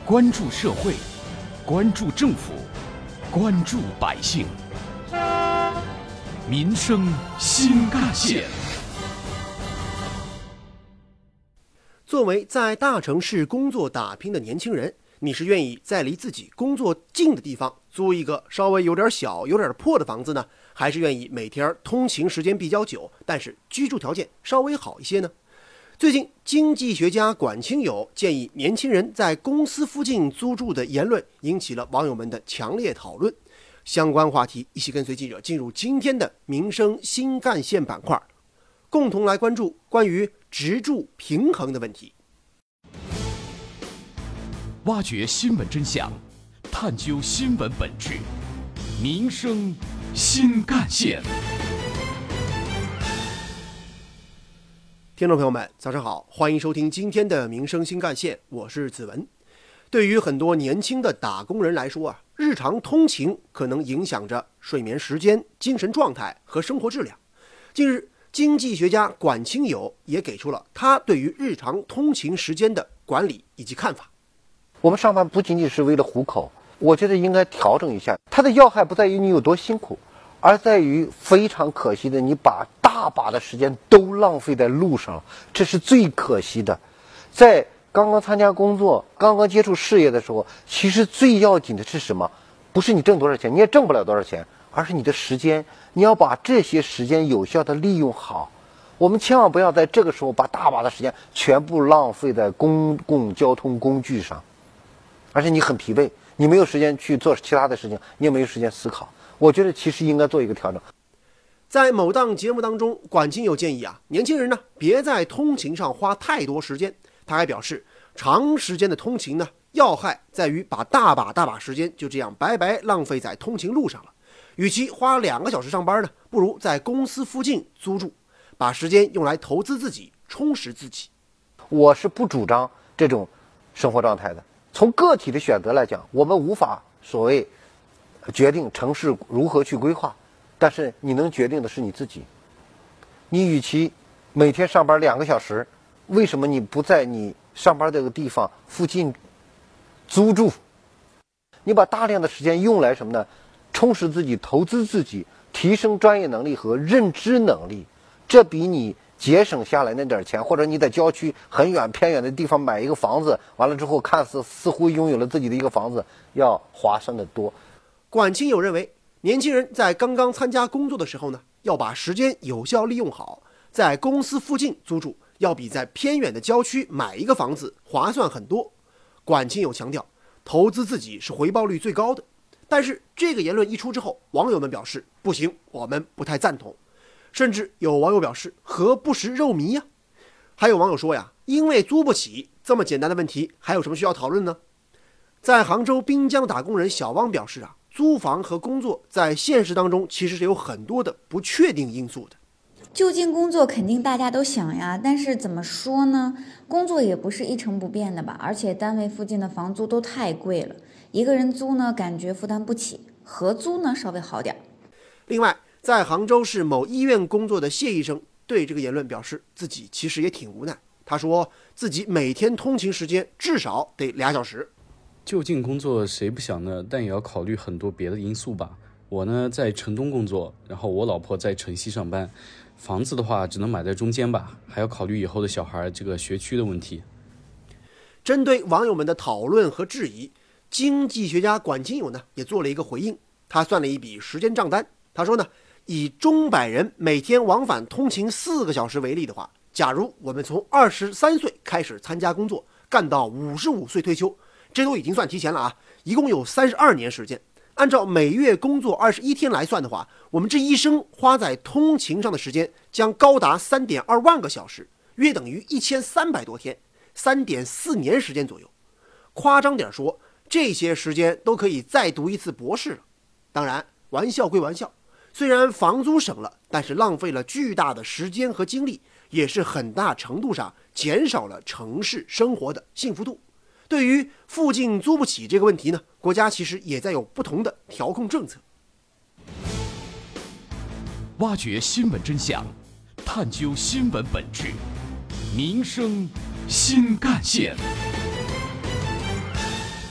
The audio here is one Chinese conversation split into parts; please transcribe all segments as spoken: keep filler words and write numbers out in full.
关注社会，关注政府，关注百姓，民生新干线。 作为在大城市工作打拼的年轻人，你是愿意在离自己工作近的地方租一个稍微有点小、有点破的房子呢，还是愿意每天通勤时间比较久，但是居住条件稍微好一些呢？最近，经济学家管清友建议年轻人在公司附近租住的言论引起了网友们的强烈讨论。相关话题一起跟随记者进入今天的民生新干线板块，共同来关注关于职住平衡的问题。 挖掘新闻真相，探究新闻本质，民生新干线。 听众朋友们，早上好，欢迎收听今天的民生新干线，我是子文。对于很多年轻的打工人来说啊，日常通勤可能影响着睡眠时间、精神状态和生活质量。近日，经济学家管清友也给出了他对于日常通勤时间的管理以及看法。 我们上班不仅仅是为了糊口，我觉得应该调整一下。它的要害不在于你有多辛苦，而在于非常可惜的，你把大把的时间都浪费在路上了，这是最可惜的。在刚刚参加工作、刚刚接触事业的时候，其实最要紧的是什么？不是你挣多少钱，你也挣不了多少钱，而是你的时间。你要把这些时间有效的利用好。我们千万不要在这个时候把大把的时间全部浪费在公共交通工具上，而且你很疲惫，你没有时间去做其他的事情，你也没有时间思考。我觉得其实应该做一个调整。 在某档节目当中，管清友建议啊，年轻人呢别在通勤上花太多时间。他还表示，长时间的通勤呢，要害在于把大把大把时间就这样白白浪费在通勤路上了。与其花两个小时上班呢，不如在公司附近租住，把时间用来投资自己，充实自己。 我是不主张这种生活状态的。从个体的选择来讲，我们无法所谓决定城市如何去规划，但是你能决定的是你自己。你与其每天上班两个小时，为什么你不在你上班这个地方附近租住？你把大量的时间用来什么呢？充实自己，投资自己，提升专业能力和认知能力，这比你节省下来那点钱，或者你在郊区很远偏远的地方买一个房子，完了之后看似似乎拥有了自己的一个房子，要划算得多。 管清友认为，年轻人在刚刚参加工作的时候呢，要把时间有效利用好，在公司附近租住，要比在偏远的郊区买一个房子划算很多。管清友强调，投资自己是回报率最高的。但是这个言论一出之后，网友们表示不行，我们不太赞同。甚至有网友表示，何不食肉糜呀？还有网友说呀，因为租不起，这么简单的问题还有什么需要讨论呢？在杭州滨江打工人小汪表示啊，租房和工作在现实当中其实是有很多的不确定因素的。 就近工作肯定大家都想呀，但是怎么说呢？工作也不是一成不变的吧，而且单位附近的房租都太贵了，一个人租呢感觉负担不起，合租呢稍微好点。 另外，在杭州市某医院工作的谢医生对这个言论表示自己其实也挺无奈。他说自己每天通勤时间至少得俩小时。 就近工作谁不想呢？但也要考虑很多别的因素吧。我呢在城东工作，然后我老婆在城西上班，房子的话只能买在中间吧，还要考虑以后的小孩这个学区的问题。 针对网友们的讨论和质疑，经济学家管清友呢也做了一个回应。他算了一笔时间账单，他说呢，以中百人每天往返通勤四个小时为例的话，假如我们从二十三岁开始参加工作，干到五十五岁退休，这都已经算提前了啊，一共有三十二年时间。按照每月工作二十一天来算的话，我们这一生花在通勤上的时间将高达三点二万个小时，约等于一千三百多天，三点四年时间左右。夸张点说，这些时间都可以再读一次博士了。当然，玩笑归玩笑，虽然房租省了，但是浪费了巨大的时间和精力，也是很大程度上减少了城市生活的幸福度。对于附近租不起这个问题呢，国家其实也在有不同的调控政策。 挖掘新闻真相，探究新闻本质，民生新干线。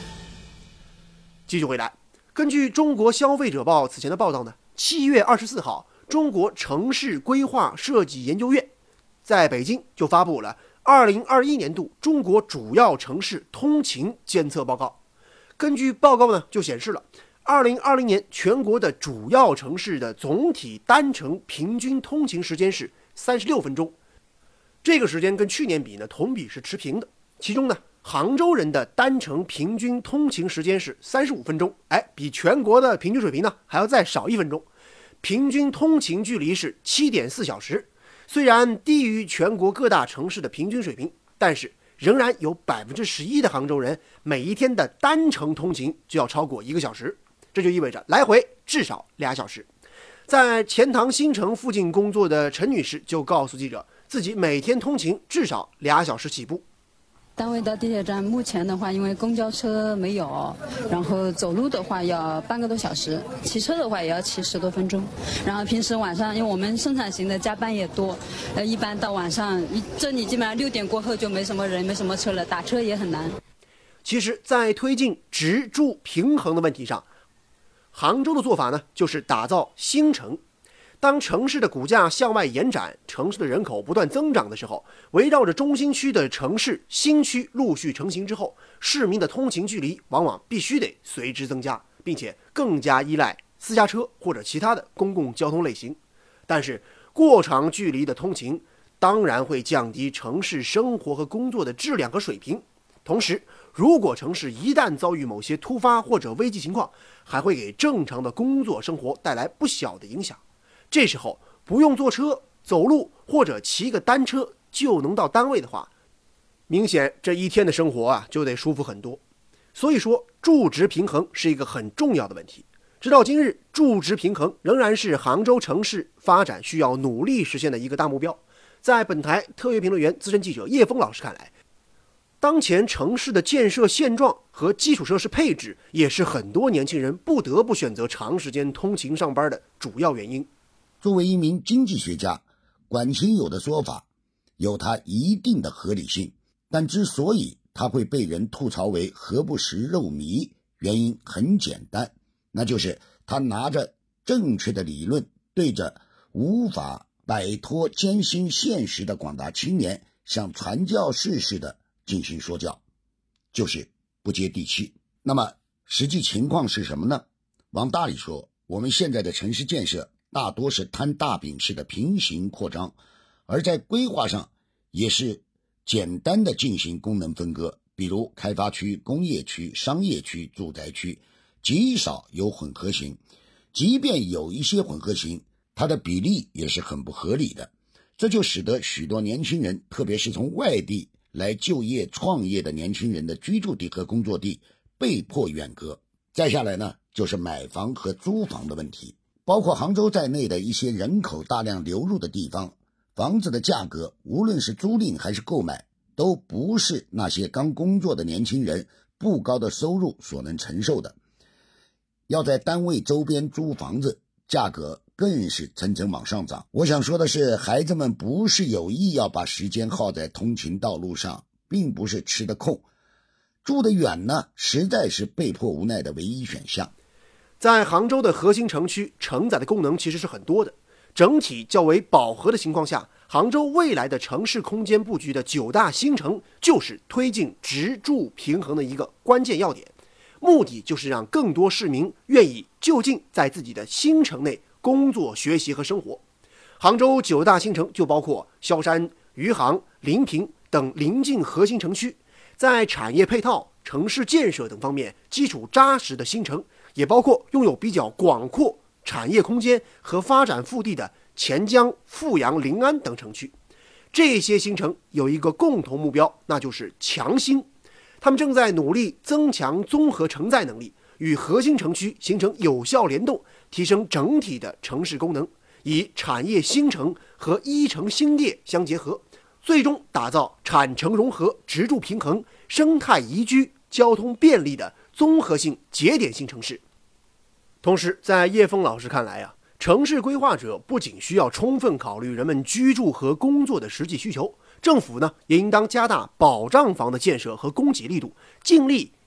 继续回来，根据中国消费者报此前的报道呢，七月二十四号，中国城市规划设计研究院在北京就发布了二零二一年度中国主要城市通勤监测报告。根据报告呢，就显示了二零二零年全国的主要城市的总体单程平均通勤时间是三十六分钟，这个时间跟去年比呢，同比是持平的。其中呢，杭州人的单程平均通勤时间是三十五分钟，哎，比全国的平均水平呢还要再少一分钟，平均通勤距离是 七点四小时。虽然低于全国各大城市的平均水平，但是仍然有 百分之十一 的杭州人每一天的单程通勤就要超过一个小时，这就意味着来回至少俩小时。在钱塘新城附近工作的陈女士就告诉记者，自己每天通勤至少俩小时起步。 单位到地铁站目前的话，因为公交车没有，然后走路的话要半个多小时，骑车的话也要骑十多分钟。然后平时晚上，因为我们生产型的加班也多，呃，一般到晚上一这里基本上六点过后就没什么人，没什么车了，打车也很难。 其实，在推进直住平衡的问题上，杭州的做法呢，就是打造新城。当城市的骨架向外延展，城市的人口不断增长的时候，围绕着中心区的城市新区陆续成型之后，市民的通勤距离往往必须得随之增加，并且更加依赖私家车或者其他的公共交通类型。但是过长距离的通勤当然会降低城市生活和工作的质量和水平。同时，如果城市一旦遭遇某些突发或者危机情况，还会给正常的工作生活带来不小的影响。这时候不用坐车、走路或者骑个单车就能到单位的话，明显这一天的生活啊就得舒服很多。所以说，住职平衡是一个很重要的问题。直到今日，住职平衡仍然是杭州城市发展需要努力实现的一个大目标。在本台特约评论员、资深记者叶峰老师看来，当前城市的建设现状和基础设施配置，也是很多年轻人不得不选择长时间通勤上班的主要原因。 作为一名经济学家，管清友的说法有它一定的合理性，但之所以他会被人吐槽为何不食肉糜，原因很简单，那就是他拿着正确的理论对着无法摆脱艰辛现实的广大青年像传教士似的进行说教，就是不接地气。那么实际情况是什么呢？往大里说，我们现在的城市建设大多是摊大饼式的平行扩张，而在规划上也是简单的进行功能分割，比如开发区、工业区、商业区、住宅区，极少有混合型。即便有一些混合型，它的比例也是很不合理的，这就使得许多年轻人，特别是从外地来就业创业的年轻人的居住地和工作地被迫远隔。再下来呢，就是买房和租房的问题。包括杭州在内的一些人口大量流入的地方，房子的价格无论是租赁还是购买，都不是那些刚工作的年轻人不高的收入所能承受的。要在单位周边租房子，价格更是层层往上涨。我想说的是，孩子们不是有意要把时间耗在通勤道路上，并不是吃得空，住得远呢，实在是被迫无奈的唯一选项。 在杭州的核心城区，承载的功能其实是很多的。整体较为饱和的情况下，杭州未来的城市空间布局的九大新城，就是推进直住平衡的一个关键要点。目的就是让更多市民愿意就近在自己的新城内工作、学习和生活。杭州九大新城就包括萧山、余杭、临平等邻近核心城区，在产业配套、城市建设等方面基础扎实的新城，也包括拥有比较广阔产业空间和发展腹地的钱江、富阳、临安等城区。这些新城有一个共同目标，那就是强新。他们正在努力增强综合承载能力，与核心城区形成有效联动，提升整体的城市功能，以产业新城和一城新业相结合，最终打造产城融合、直住平衡、生态宜居、交通便利的综合性节点性城市。同时，在叶峰老师看来啊，城市规划者不仅需要充分考虑人们居住和工作的实际需求，政府呢也应当加大保障房的建设和供给力度，尽力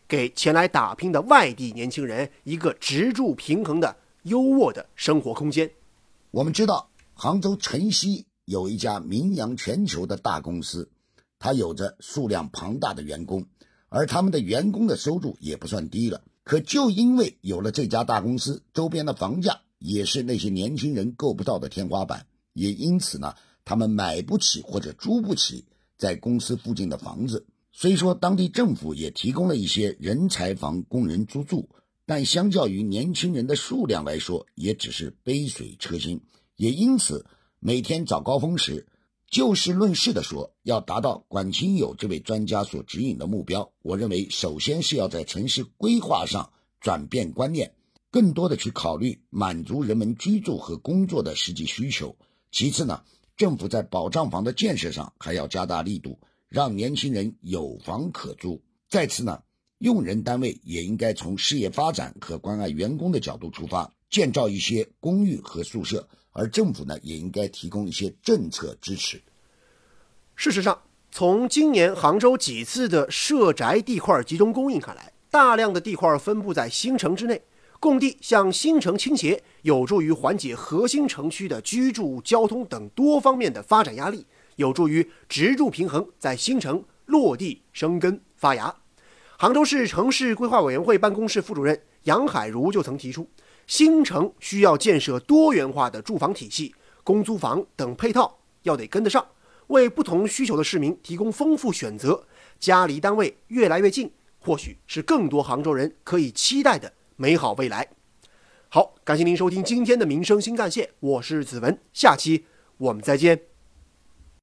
给前来打拼的外地年轻人一个直住平衡的优渥的生活空间。 我们知道杭州城西有一家名扬全球的大公司，它有着数量庞大的员工，而他们的员工的收入也不算低了。可就因为有了这家大公司，周边的房价也是那些年轻人够不到的天花板，也因此呢，他们买不起或者租不起在公司附近的房子。虽说当地政府也提供了一些人才房供人租住，但相较于年轻人的数量来说，也只是杯水车薪。也因此每天早高峰时，就事论事地说，要达到管清友这位专家所指引的目标，我认为首先是要在城市规划上转变观念，更多的去考虑满足人们居住和工作的实际需求。其次呢，政府在保障房的建设上还要加大力度，让年轻人有房可租。再次呢，用人单位也应该从事业发展和关爱员工的角度出发，建造一些公寓和宿舍，而政府呢，也应该提供一些政策支持。 事实上，从今年杭州几次的社宅地块集中供应看来，大量的地块分布在新城之内，供地向新城倾斜，有助于缓解核心城区的居住、交通等多方面的发展压力，有助于直住平衡在新城落地生根发芽。杭州市城市规划委员会办公室副主任杨海如就曾提出，新城需要建设多元化的住房体系，公租房等配套要得跟得上，为不同需求的市民提供丰富选择，家离单位越来越近，或许是更多杭州人可以期待的美好未来。好，感谢您收听今天的民生新干线，我是子文，下期我们再见。